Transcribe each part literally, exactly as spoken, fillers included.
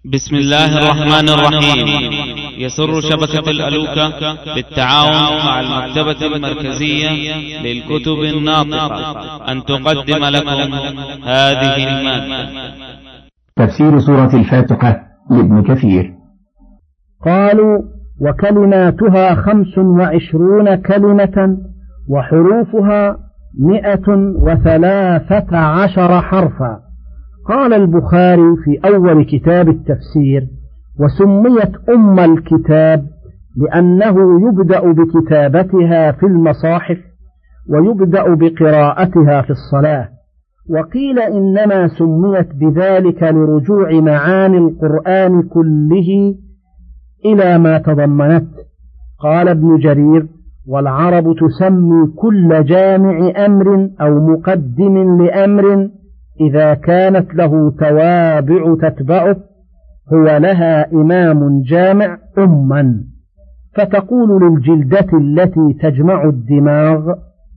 بسم الله الرحمن الرحيم. يسر شبكة الألوكة بالتعاون مع المكتبة المركزية للكتب الناطقة أن تقدم لكم هذه المادة. تفسير سورة الفاتحة لابن كثير. قالوا: وكلماتها خمس وعشرون كلمة وحروفها مئة وثلاثة عشر حرفا. قال البخاري في أول كتاب التفسير: وسميت أم الكتاب لأنه يبدأ بكتابتها في المصاحف ويبدأ بقراءتها في الصلاة. وقيل إنما سميت بذلك لرجوع معاني القرآن كله إلى ما تضمنت. قال ابن جرير: والعرب تسمي كل جامع أمر أو مقدم لأمر إذا كانت له توابع تتبعه هو لها إمام جامع أما، فتقول للجلدة التي تجمع الدماغ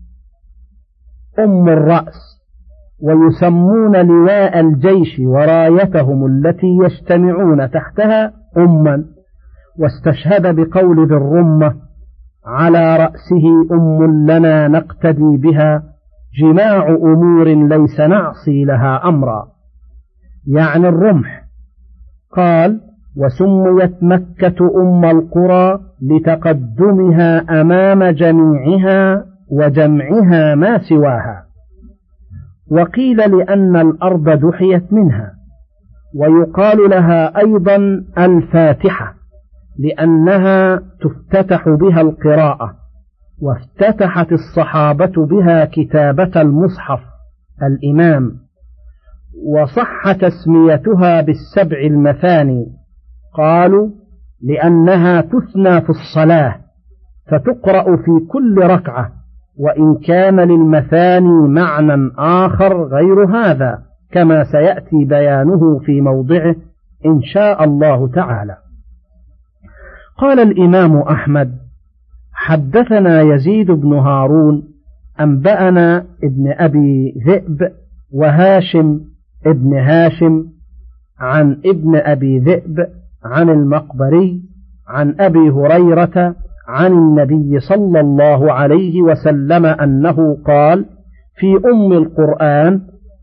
أم الرأس. ويسمون لواء الجيش ورايتهم التي يجتمعون تحتها أما. واستشهد بقول ذي الرمة: على رأسه أم لنا نقتدي بها، جماع أمور ليس نعصي لها أمرا، يعني الرمح. قال: وسميت مكة أم القرى لتقدمها أمام جميعها وجمعها ما سواها. وقيل لأن الأرض دحيت منها. ويقال لها أيضا الفاتحة لأنها تفتتح بها القراءة، وافتتحت الصحابة بها كتابة المصحف الإمام. وصح تسميتها بالسبع المثاني، قالوا لأنها تثنى في الصلاة فتقرأ في كل ركعة، وإن كان للمثاني معنى آخر غير هذا كما سيأتي بيانه في موضعه إن شاء الله تعالى. قال الإمام أحمد: حدثنا يزيد بن هارون أنبأنا ابن أبي ذئب وهاشم ابن هاشم عن ابن أبي ذئب عن المقبري عن أبي هريرة عن النبي صلى الله عليه وسلم أنه قال: في أم القرآن،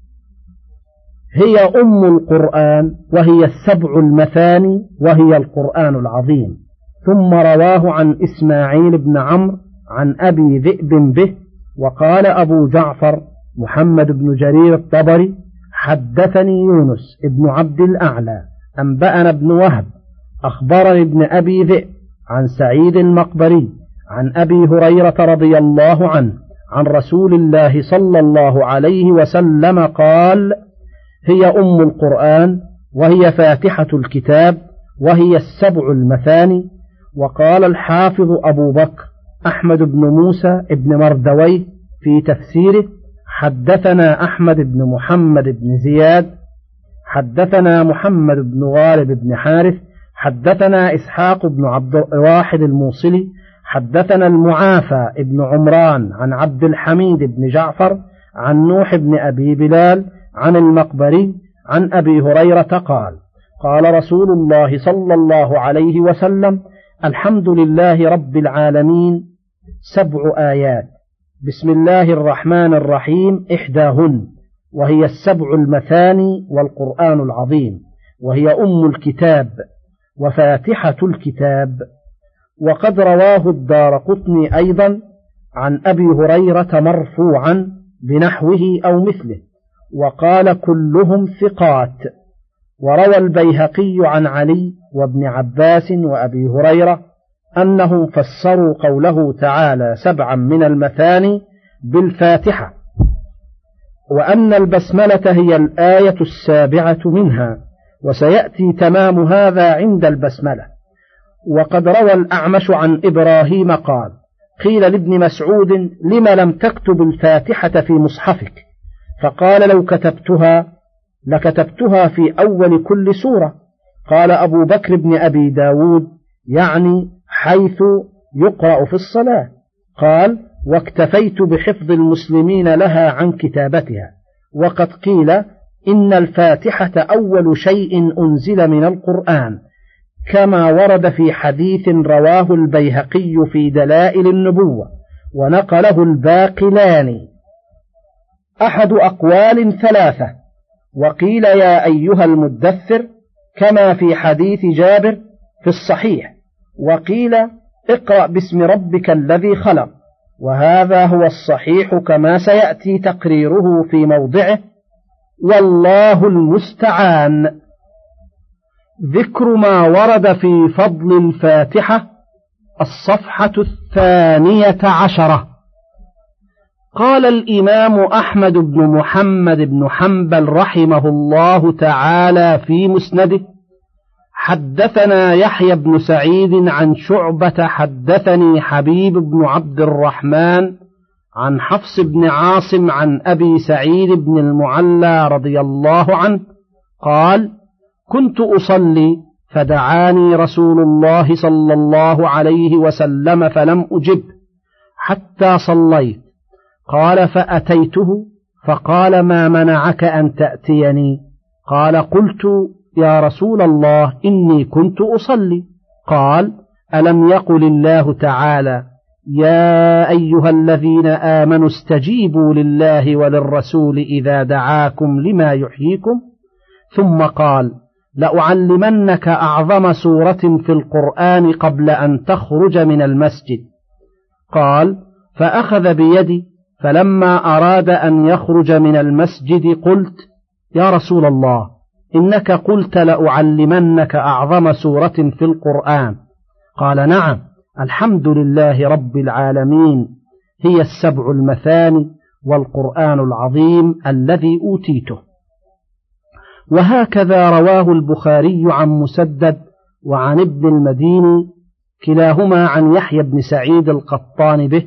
هي أم القرآن وهي السبع المثاني وهي القرآن العظيم. ثم رواه عن إسماعيل بن عمرو عن أبي ذئب به. وقال أبو جعفر محمد بن جرير الطبري: حدثني يونس ابن عبد الأعلى أنبأنا ابن وهب أخبرني ابن أبي ذئب عن سعيد المقبري عن أبي هريرة رضي الله عنه عن رسول الله صلى الله عليه وسلم قال: هي أم القرآن وهي فاتحة الكتاب وهي السبع المثاني. وقال الحافظ أبو بكر أحمد بن موسى ابن مردويه في تفسيره: حدثنا أحمد بن محمد بن زياد حدثنا محمد بن غالب بن حارث حدثنا إسحاق بن عبد الواحد الموصلي حدثنا المعافى بن عمران عن عبد الحميد بن جعفر عن نوح بن أبي بلال عن المقبري عن أبي هريرة قال: قال رسول الله صلى الله عليه وسلم: الحمد لله رب العالمين، سبع آيات، بسم الله الرحمن الرحيم إحداهن، وهي السبع المثاني والقرآن العظيم، وهي أم الكتاب وفاتحة الكتاب. وقد رواه الدارقطني أيضا عن أبي هريرة مرفوعا بنحوه أو مثله، وقال كلهم ثقات. وروى البيهقي عن علي وابن عباس وأبي هريرة أنهم فسروا قوله تعالى سبعا من المثاني بالفاتحة، وأن البسملة هي الآية السابعة منها، وسيأتي تمام هذا عند البسملة. وقد روى الأعمش عن إبراهيم قال: قيل لابن مسعود: لم لم تكتب الفاتحة في مصحفك؟ فقال: لو كتبتها لكتبتها في أول كل سورة. قال أبو بكر بن أبي داود: يعني حيث يقرأ في الصلاة. قال: واكتفيت بحفظ المسلمين لها عن كتابتها. وقد قيل إن الفاتحة أول شيء أنزل من القرآن، كما ورد في حديث رواه البيهقي في دلائل النبوة ونقله الباقلاني. أحد أقوال ثلاثة: وقيل يا أيها المدثر كما في حديث جابر في الصحيح، وقيل اقرأ باسم ربك الذي خلق، وهذا هو الصحيح كما سيأتي تقريره في موضعه، والله المستعان. ذكر ما ورد في فضل الفاتحة. الصفحة الثانية عشرة. قال الإمام أحمد بن محمد بن حنبل رحمه الله تعالى في مسنده: حدثنا يحيى بن سعيد عن شعبة حدثني حبيب بن عبد الرحمن عن حفص بن عاصم عن أبي سعيد بن المعلى رضي الله عنه قال: كنت أصلي فدعاني رسول الله صلى الله عليه وسلم فلم أجب حتى صليت. قال: فأتيته فقال: ما منعك أن تأتيني؟ قال: قلت: يا رسول الله إني كنت أصلي. قال: ألم يقل الله تعالى: يا أيها الذين آمنوا استجيبوا لله وللرسول إذا دعاكم لما يحييكم؟ ثم قال: لأعلمنك أعظم سورة في القرآن قبل أن تخرج من المسجد. قال: فأخذ بيدي، فلما أراد أن يخرج من المسجد قلت: يا رسول الله إنك قلت لأعلمنك أعظم سورة في القرآن. قال: نعم، الحمد لله رب العالمين، هي السبع المثاني والقرآن العظيم الذي أوتيته. وهكذا رواه البخاري عن مسدد وعن ابن المديني كلاهما عن يحيى بن سعيد القطان به،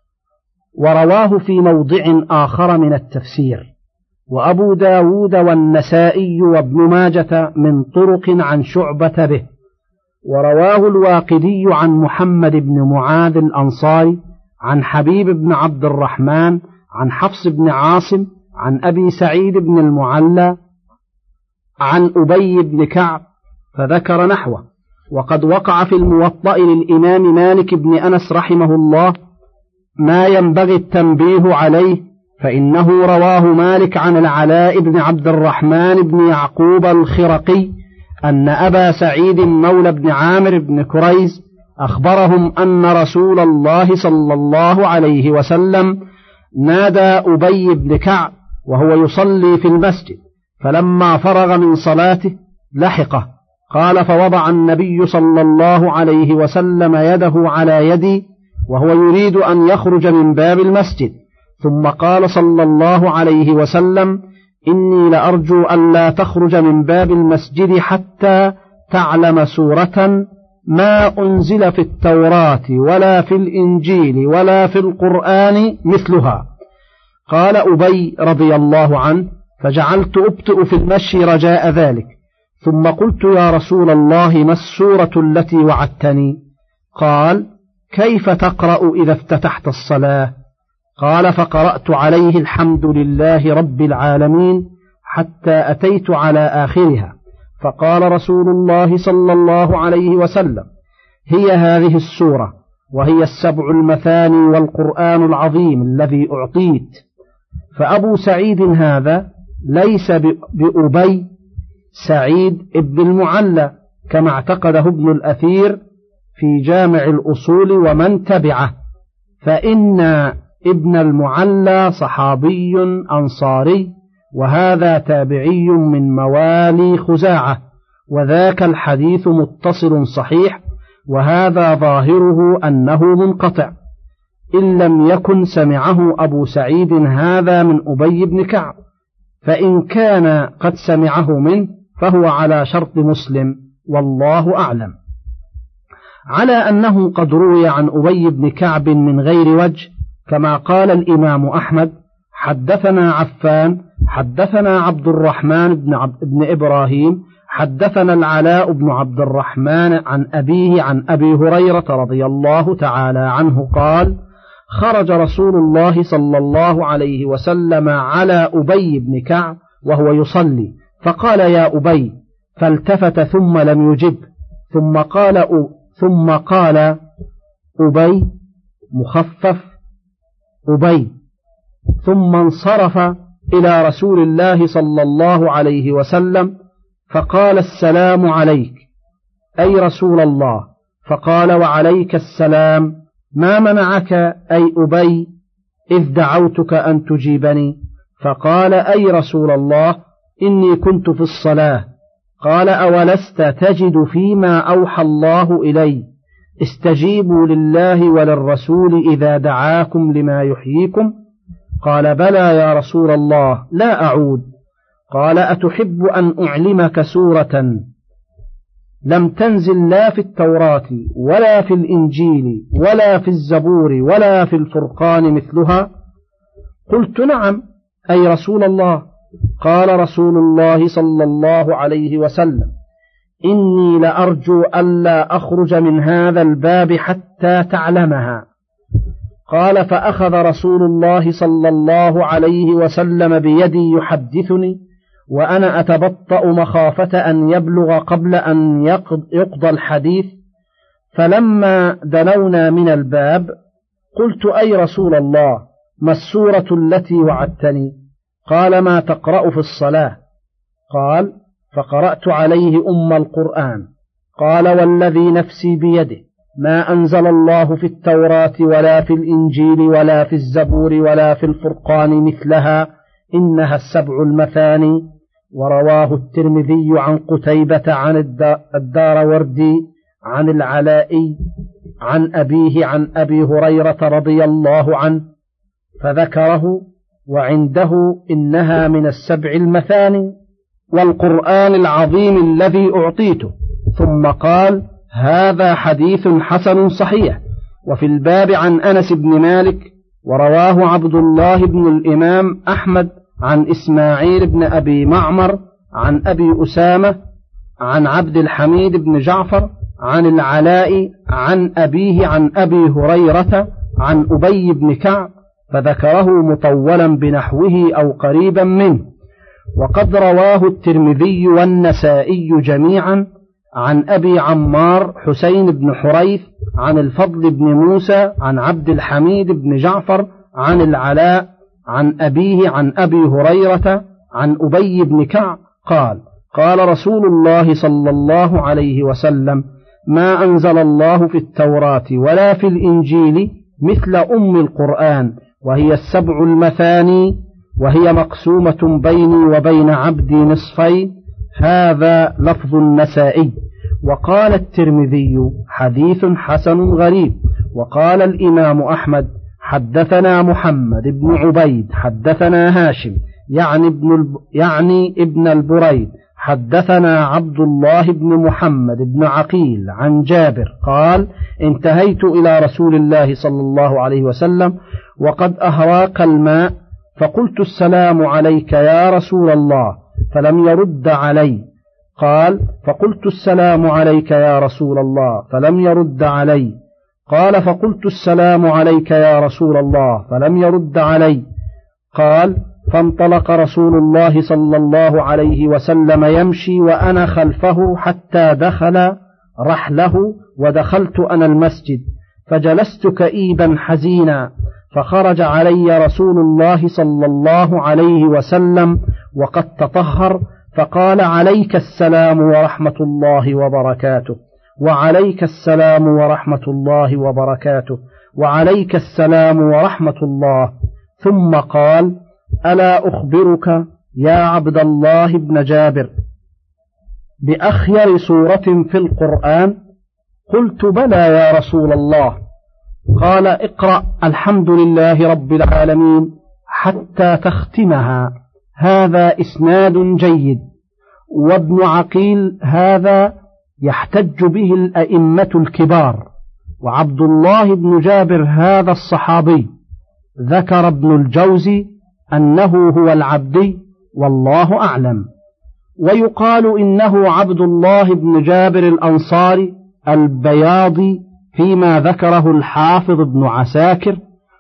ورواه في موضع آخر من التفسير. وأبو داود والنسائي وابن ماجة من طرق عن شعبة به. ورواه الواقدي عن محمد بن معاذ الأنصاري عن حبيب بن عبد الرحمن عن حفص بن عاصم عن أبي سعيد بن المعلى عن أبي بن كعب فذكر نحوه. وقد وقع في الموطأ للإمام مالك بن أنس رحمه الله ما ينبغي التنبيه عليه، فإنه رواه مالك عن العلاء بن عبد الرحمن بن يعقوب الخرقي أن أبا سعيد مولى بن عامر بن كريز أخبرهم أن رسول الله صلى الله عليه وسلم نادى أبي بن كعب وهو يصلي في المسجد، فلما فرغ من صلاته لحقه. قال: فوضع النبي صلى الله عليه وسلم يده على يدي وهو يريد أن يخرج من باب المسجد، ثم قال صلى الله عليه وسلم: إني لأرجو أن لا تخرج من باب المسجد حتى تعلم سورة ما أنزل في التوراة ولا في الإنجيل ولا في القرآن مثلها. قال أبي رضي الله عنه: فجعلت أبطئ في المشي رجاء ذلك، ثم قلت: يا رسول الله ما السورة التي وعدتني؟ قال: كيف تقرأ إذا افتتحت الصلاة؟ قال: فقرأت عليه الحمد لله رب العالمين حتى أتيت على آخرها، فقال رسول الله صلى الله عليه وسلم: هي هذه السورة، وهي السبع المثاني والقرآن العظيم الذي أعطيت. فأبو سعيد هذا ليس بأبي سعيد ابن المعلى كما اعتقده ابن الأثير في جامع الأصول ومن تبعه، فإن ابن المعلى صحابي أنصاري، وهذا تابعي من موالي خزاعة، وذاك الحديث متصل صحيح، وهذا ظاهره أنه منقطع، إن لم يكن سمعه أبو سعيد هذا من أبي بن كعب، فإن كان قد سمعه منه فهو على شرط مسلم، والله أعلم. على أنه قد روي عن أبي بن كعب من غير وجه، كما قال الإمام أحمد: حدثنا عفان حدثنا عبد الرحمن بن, عبد بن إبراهيم حدثنا العلاء بن عبد الرحمن عن أبيه عن أبي هريرة رضي الله تعالى عنه قال: خرج رسول الله صلى الله عليه وسلم على أبي بن كعب وهو يصلي، فقال يا أبي، فالتفت ثم لم يجب، ثم قال أ... ثم قال أبي مخفف أبي، ثم انصرف إلى رسول الله صلى الله عليه وسلم فقال السلام عليك أي رسول الله، فقال وعليك السلام، ما منعك أي أبي إذ دعوتك أن تجيبني؟ فقال أي رسول الله إني كنت في الصلاة. قال أولست تجد فيما أوحى الله إلي استجيبوا لله وللرسول إذا دعاكم لما يحييكم؟ قال بلى يا رسول الله لا أعود. قال أتحب أن أعلمك سورة لم تنزل لا في التوراة ولا في الإنجيل ولا في الزبور ولا في الفرقان مثلها؟ قلت نعم أي رسول الله. قال رسول الله صلى الله عليه وسلم إني لأرجو ألا أخرج من هذا الباب حتى تعلمها. قال فأخذ رسول الله صلى الله عليه وسلم بيدي يحدثني وأنا أتبطأ مخافة أن يبلغ قبل أن يقضى الحديث، فلما دنونا من الباب قلت أي رسول الله ما السورة التي وعدتني؟ قال ما تقرأ في الصلاة؟ قال فقرأت عليه أم القرآن. قال والذي نفسي بيده ما أنزل الله في التوراة ولا في الإنجيل ولا في الزبور ولا في الفرقان مثلها، إنها السبع المثاني. ورواه الترمذي عن قتيبة عن الداروردي عن العلائي عن أبيه عن أبي هريرة رضي الله عنه فذكره، وعنده إنها من السبع المثاني والقرآن العظيم الذي أعطيته. ثم قال هذا حديث حسن صحيح. وفي الباب عن أنس بن مالك ورواه عبد الله بن الإمام أحمد عن إسماعيل بن أبي معمر عن أبي أسامة عن عبد الحميد بن جعفر عن العلاء عن أبيه عن أبي هريرة عن أبي بن كعب فذكره مطولا بنحوه أو قريبا منه. وقد رواه الترمذي والنسائي جميعا عن أبي عمار حسين بن حريث عن الفضل بن موسى عن عبد الحميد بن جعفر عن العلاء عن أبيه عن أبي هريرة عن أبي بن كعب قال قال رسول الله صلى الله عليه وسلم ما أنزل الله في التوراة ولا في الإنجيل مثل أم القرآن، وهي السبع المثاني، وهي مقسومة بيني وبين عبدي نصفين. هذا لفظ النسائي. وقال الترمذي حديث حسن غريب. وقال الإمام أحمد حدثنا محمد بن عبيد حدثنا هاشم يعني ابن, الب... يعني ابن البريد حدثنا عبد الله بن محمد بن عقيل عن جابر قال انتهيت إلى رسول الله صلى الله عليه وسلم وقد أهراق الماء، فقلت السلام عليك يا رسول الله، فلم يرد علي. قال فقلت السلام عليك يا رسول الله، فلم يرد علي. قال فقلت السلام عليك يا رسول الله، فلم يرد علي. قال فانطلق رسول الله صلى الله عليه وسلم يمشي وأنا خلفه حتى دخل رحله، ودخلت أنا المسجد فجلست كئيبا حزينا، فخرج علي رسول الله صلى الله عليه وسلم وقد تطهر، فقال عليك السلام ورحمة الله وبركاته، وعليك السلام ورحمة الله وبركاته، وعليك السلام ورحمة الله. ثم قال ألا أخبرك يا عبد الله بن جابر بأخير سورة في القرآن؟ قلت بلى يا رسول الله. قال اقرأ الحمد لله رب العالمين حتى تختمها. هذا إسناد جيد. وابن عقيل هذا يحتج به الأئمة الكبار. وعبد الله بن جابر هذا الصحابي. ذكر ابن الجوزي أنه هو العبدي والله أعلم. ويقال إنه عبد الله بن جابر الأنصاري البياضي فيما ذكره الحافظ ابن عساكر.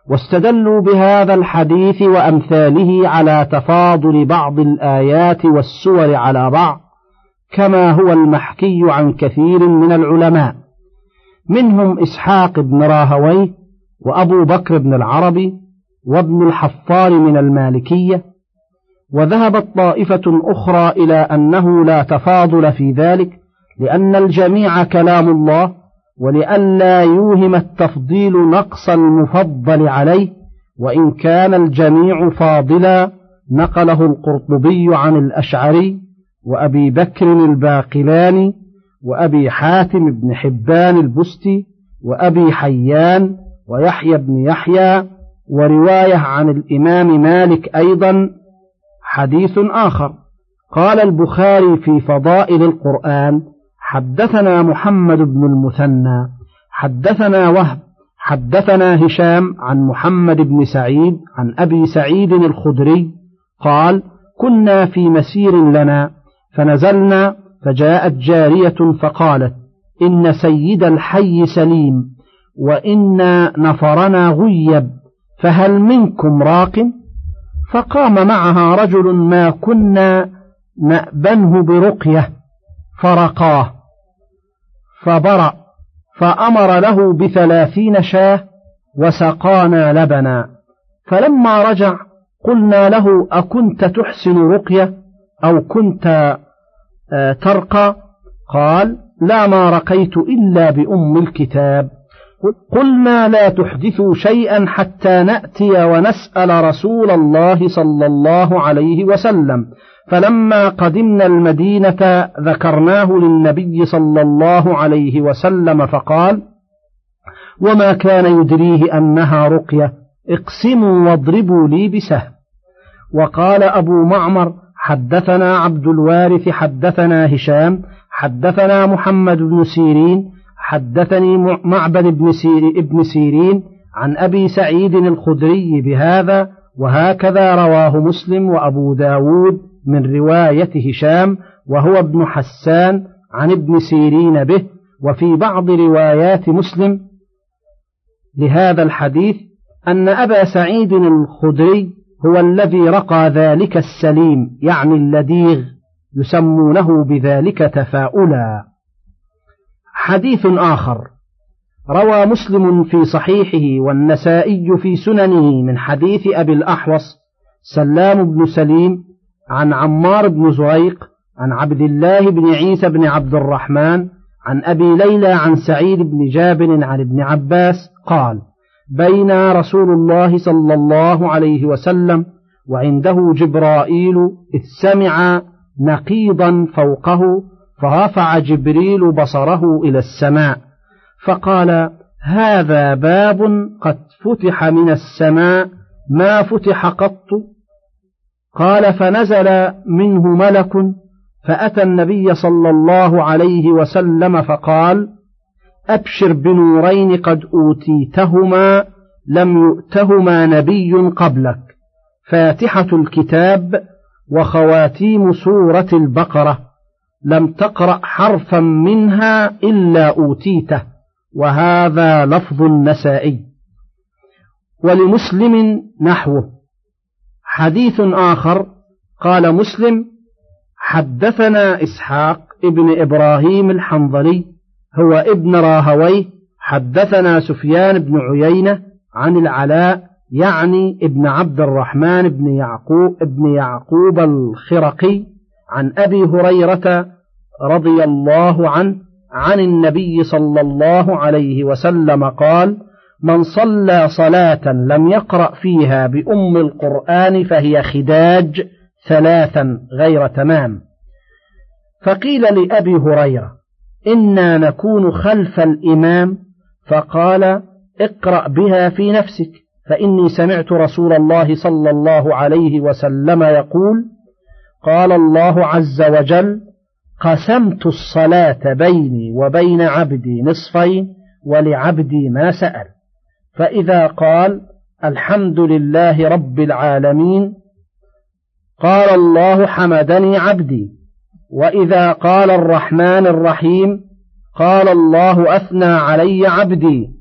واستدلوا بهذا الحديث وأمثاله على تفاضل بعض الآيات والسور على بعض، كما هو المحكي عن كثير من العلماء، منهم إسحاق بن راهويه وأبو بكر بن العربي وابن الحفار من المالكية. وذهبت طائفة أخرى إلى أنه لا تفاضل في ذلك، لأن الجميع كلام الله، ولئلا يوهم التفضيل نقص المفضل عليه، وإن كان الجميع فاضلا. نقله القرطبي عن الأشعري وأبي بكر الباقلاني وأبي حاتم بن حبان البستي وأبي حيان ويحيى بن يحيى، ورواية عن الإمام مالك أيضا. حديث آخر: قال البخاري في فضائل القرآن: حدثنا محمد بن المثنى حدثنا وهب حدثنا هشام عن محمد بن سعيد عن أبي سعيد الخدري قال: كنا في مسير لنا فنزلنا، فجاءت جارية فقالت: إن سيد الحي سليم، وإن نفرنا غيب، فهل منكم راق؟ فقام معها رجل ما كنا نأبنه برقية فرقاه فبرأ، فأمر له بثلاثين شاه وسقانا لبنا. فلما رجع قلنا له: أكنت تحسن رقية أو كنت ترقى؟ قال: لا، ما رقيت إلا بأم الكتاب. قلنا: لا تحدثوا شيئا حتى نأتي ونسأل رسول الله صلى الله عليه وسلم. فلما قدمنا المدينة ذكرناه للنبي صلى الله عليه وسلم، فقال: وما كان يدريه أنها رقية، اقسموا واضربوا لي بسهم. وقال أبو معمر: حدثنا عبد الوارث حدثنا هشام حدثنا محمد بن سيرين حدثني معبد بن, سير ابن سيرين عن أبي سعيد الخدري بهذا، وهكذا رواه مسلم وأبو داود من رواية هشام وهو ابن حسان عن ابن سيرين به. وفي بعض روايات مسلم لهذا الحديث أن أبا سعيد الخدري هو الذي رقى ذلك السليم، يعني اللديغ، يسمونه بذلك تفاؤلا. حديث آخر: روى مسلم في صحيحه والنسائي في سننه من حديث أبي الأحوص سلام بن سليم عن عمار بن زريق عن عبد الله بن عيسى بن عبد الرحمن عن أبي ليلى عن سعيد بن جابر عن ابن عباس قال: بين رسول الله صلى الله عليه وسلم وعنده جبرائيل إذ سمع نقيضا فوقه، فرفع جبريل بصره إلى السماء فقال: هذا باب قد فتح من السماء ما فتح قط. قال: فنزل منه ملك فأتى النبي صلى الله عليه وسلم فقال: أبشر بنورين قد أوتيتهما لم يؤتهما نبي قبلك، فاتحة الكتاب وخواتيم سورة البقرة، لم تقرأ حرفا منها إلا أوتيته. وهذا لفظ النسائي. ولمسلم نحوه. حديث آخر: قال مسلم: حدثنا إسحاق ابن إبراهيم الحنظلي هو ابن راهويه حدثنا سفيان بن عيينة عن العلاء، يعني ابن عبد الرحمن بن يعقوب ابن يعقوب الخرقي عن أبي هريرة رضي الله عنه عن النبي صلى الله عليه وسلم قال: من صلى صلاة لم يقرأ فيها بأم القرآن فهي خداج ثلاثا غير تمام. فقيل لأبي هريرة: إنا نكون خلف الإمام، فقال: اقرأ بها في نفسك، فإني سمعت رسول الله صلى الله عليه وسلم يقول: قال الله عز وجل: قسمت الصلاة بيني وبين عبدي نصفين ولعبدي ما سأل. فإذا قال: الحمد لله رب العالمين، قال الله: حمدني عبدي. وإذا قال: الرحمن الرحيم، قال الله: أثنى علي عبدي.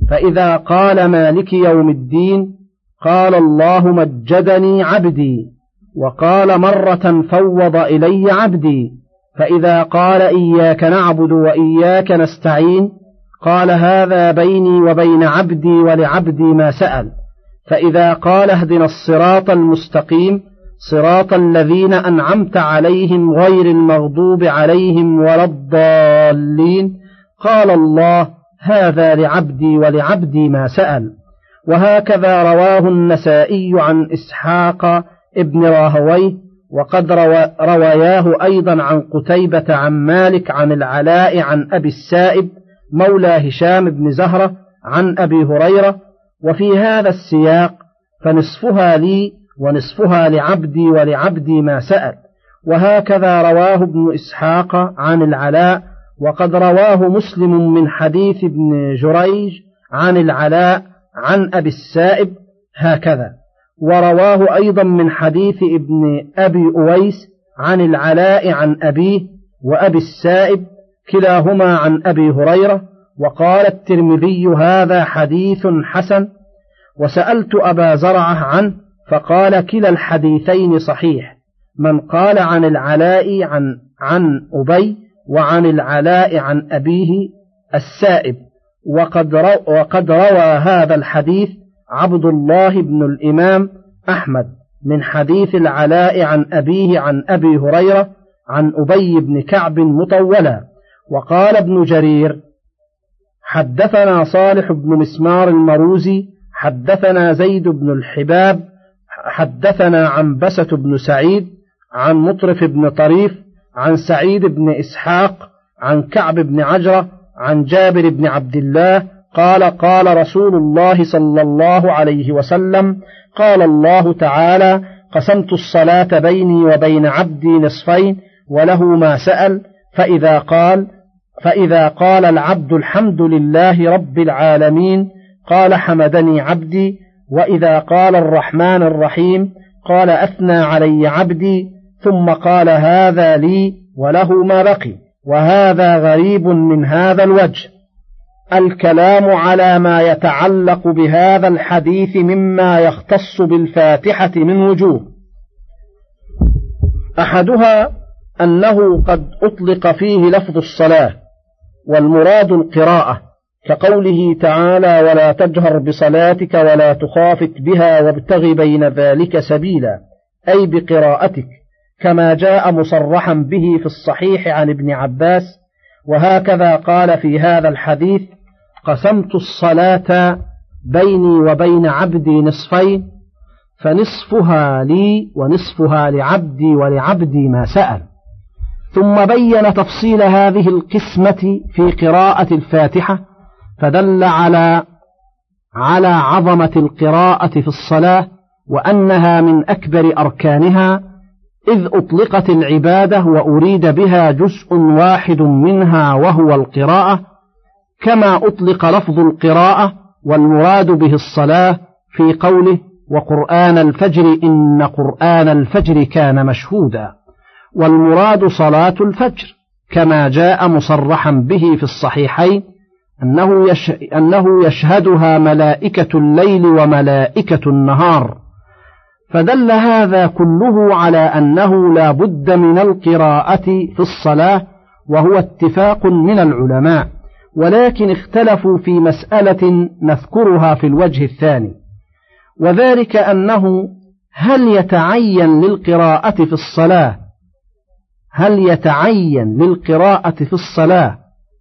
فإذا قال مالك يوم الدين قال الله مجدني عبدي، وقال مرة فوض إلي عبدي. فإذا قال إياك نعبد وإياك نستعين قال هذا بيني وبين عبدي ولعبدي ما سأل. فإذا قال اهدنا الصراط المستقيم صراط الذين أنعمت عليهم غير المغضوب عليهم ولا الضالين قال الله هذا لعبدي ولعبدي ما سأل. وهكذا رواه النسائي عن إسحاق ابن راهويه، وقد رواياه أيضا عن قتيبة عن مالك عن العلاء عن أبي السائب مولى هشام بن زهرة عن أبي هريرة. وفي هذا السياق فنصفها لي ونصفها لعبدي ولعبدي ما سأل. وهكذا رواه ابن إسحاق عن العلاء، وقد رواه مسلم من حديث ابن جريج عن العلاء عن أبي السائب هكذا. ورواه أيضا من حديث ابن أبي أويس عن العلاء عن أبيه وأبي السائب كلاهما عن أبي هريرة. وقال الترمذي هذا حديث حسن. وسألت أبا زرعة عنه فقال كلا الحديثين صحيح، من قال عن العلاء عن, عن أبي وعن العلاء عن أبيه السائب. وقد, رو وقد روى هذا الحديث عبد الله بن الإمام أحمد من حديث العلاء عن أبيه عن أبي هريرة عن أبي بن كعب مطولا. وقال ابن جرير حدثنا صالح بن مسمار المروزي حدثنا زيد بن الحباب حدثنا عنبسة بن سعيد عن مطرف بن طريف عن سعيد بن إسحاق عن كعب بن عجرة عن جابر بن عبد الله قال قال رسول الله صلى الله عليه وسلم قال الله تعالى قسمت الصلاة بيني وبين عبدي نصفين وله ما سأل. فإذا قال فإذا قال العبد الحمد لله رب العالمين قال حمدني عبدي. وإذا قال الرحمن الرحيم قال أثنى علي عبدي. ثم قال هذا لي وله ما بقي. وهذا غريب من هذا الوجه. الكلام على ما يتعلق بهذا الحديث مما يختص بالفاتحة من وجوه. أحدها أنه قد أطلق فيه لفظ الصلاة والمراد القراءة، كقوله تعالى ولا تجهر بصلاتك ولا تخافت بها وابتغ بين ذلك سبيلا، أي بقراءتك، كما جاء مصرحا به في الصحيح عن ابن عباس. وهكذا قال في هذا الحديث قسمت الصلاة بيني وبين عبدي نصفين فنصفها لي ونصفها لعبدي ولعبدي ما سأل. ثم بين تفصيل هذه القسمة في قراءة الفاتحة، فدل على على عظمة القراءة في الصلاة وأنها من أكبر أركانها، إذ أطلقت العبادة وأريد بها جزء واحد منها وهو القراءة، كما أطلق لفظ القراءة والمراد به الصلاة في قوله وقرآن الفجر إن قرآن الفجر كان مشهودا، والمراد صلاة الفجر كما جاء مصرحا به في الصحيحين أنه, يش... أنه يشهدها ملائكة الليل وملائكة النهار. فدل هذا كله على أنه لا بد من القراءة في الصلاة، وهو اتفاق من العلماء، ولكن اختلفوا في مسألة نذكرها في الوجه الثاني، وذلك أنه هل يتعين للقراءة في الصلاة هل يتعين للقراءة في الصلاة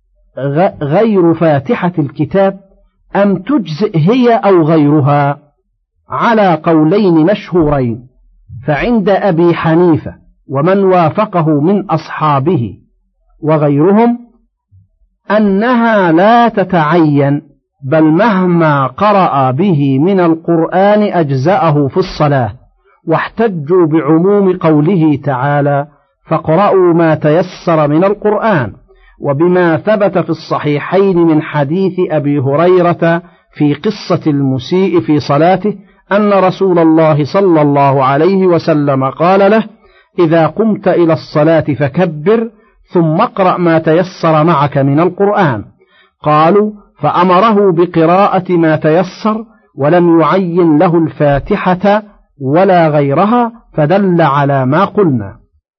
غير فاتحة الكتاب أم تجزئ هي أو غيرها؟ على قولين مشهورين، فعند أبي حنيفة ومن وافقه من أصحابه وغيرهم أنها لا تتعين، بل مهما قرأ به من القرآن أجزأه في الصلاة، واحتجوا بعموم قوله تعالى فاقرأوا ما تيسر من القرآن، وبما ثبت في الصحيحين من حديث أبي هريرة في قصة المسيء في صلاته أن رسول الله صلى الله عليه وسلم قال له إذا قمت إلى الصلاة فكبر ثم اقرأ ما تيسر معك من القرآن. قالوا فأمره بقراءة ما تيسر ولم يعين له الفاتحة ولا غيرها، فدل على ما قلنا.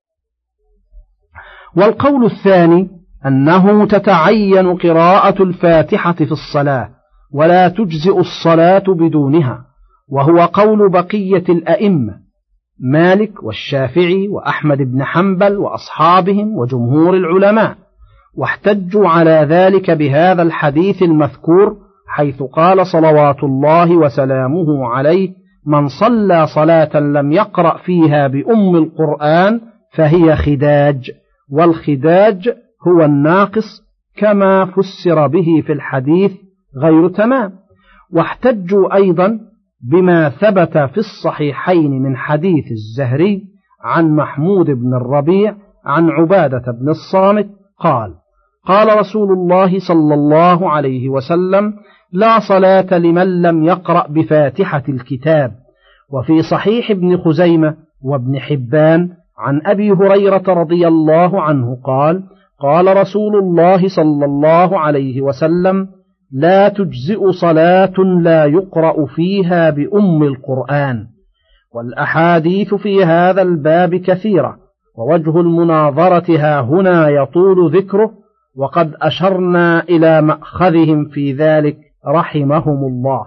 والقول الثاني أنه تتعين قراءة الفاتحة في الصلاة ولا تجزئ الصلاة بدونها، وهو قول بقية الأئمة مالك والشافعي وأحمد بن حنبل وأصحابهم وجمهور العلماء، واحتجوا على ذلك بهذا الحديث المذكور حيث قال صلوات الله وسلامه عليه: من صلى صلاة لم يقرأ فيها بأم القرآن فهي خداج، والخداج هو الناقص كما فسر به في الحديث غير تمام. واحتجوا أيضا بما ثبت في الصحيحين من حديث الزهري عن محمود بن الربيع عن عبادة بن الصامت قال: قال رسول الله صلى الله عليه وسلم: لا صلاة لمن لم يقرأ بفاتحة الكتاب. وفي صحيح ابن خزيمة وابن حبان عن أبي هريرة رضي الله عنه قال: قال رسول الله صلى الله عليه وسلم: لا تجزئ صلاة لا يقرأ فيها بأم القرآن. والأحاديث في هذا الباب كثيرة، ووجه المناظرة ها هنا يطول ذكره، وقد أشرنا إلى مأخذهم في ذلك رحمهم الله.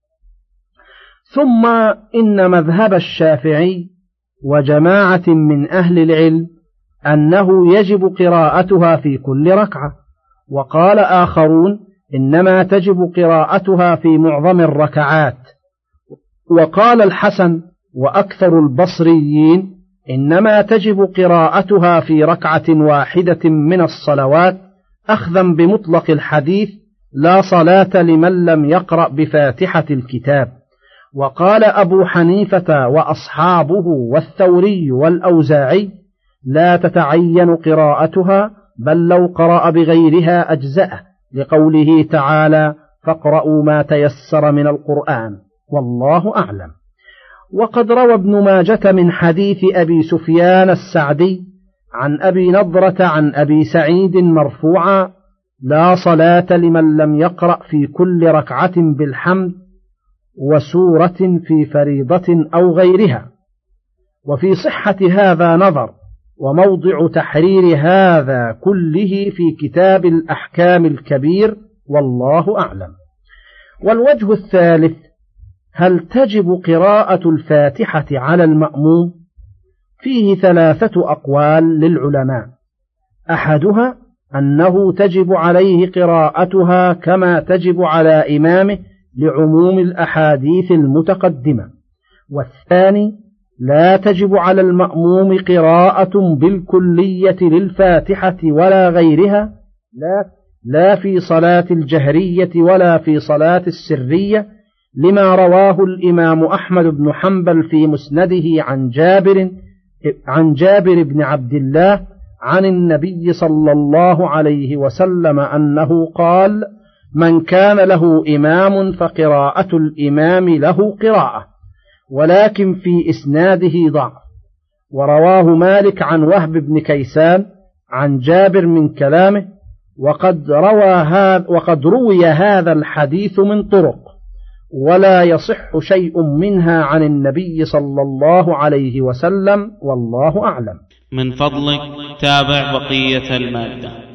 ثم إن مذهب الشافعي وجماعة من أهل العلم أنه يجب قراءتها في كل ركعة، وقال آخرون إنما تجب قراءتها في معظم الركعات، وقال الحسن وأكثر البصريين إنما تجب قراءتها في ركعة واحدة من الصلوات، أخذا بمطلق الحديث: لا صلاة لمن لم يقرأ بفاتحة الكتاب. وقال أبو حنيفة وأصحابه والثوري والأوزاعي: لا تتعين قراءتها، بل لو قرأ بغيرها أجزأه، لقوله تعالى: فاقرأوا ما تيسر من القرآن، والله أعلم. وقد روى ابن ماجة من حديث أبي سفيان السعدي عن أبي نضرة عن أبي سعيد مرفوعا: لا صلاة لمن لم يقرأ في كل ركعة بالحمد وسورة في فريضة أو غيرها. وفي صحة هذا نظر، وموضع تحرير هذا كله في كتاب الأحكام الكبير، والله أعلم. والوجه الثالث: هل تجب قراءة الفاتحة على المأموم؟ فيه ثلاثة أقوال للعلماء، أحدها أنه تجب عليه قراءتها كما تجب على إمامه لعموم الأحاديث المتقدمة، والثاني لا تجب على المأموم قراءة بالكلية للفاتحة ولا غيرها، لا, لا في صلاة الجهرية ولا في صلاة السرية، لما رواه الإمام أحمد بن حنبل في مسنده عن جابر عن جابر بن عبد الله عن النبي صلى الله عليه وسلم أنه قال: من كان له إمام فقراءة الإمام له قراءة، ولكن في إسناده ضعف. ورواه مالك عن وهب بن كيسان عن جابر من كلامه، وقد روى هذا وقد روي هذا الحديث من طرق، ولا يصح شيء منها عن النبي صلى الله عليه وسلم، والله أعلم. من فضلك تابع بقية المادة.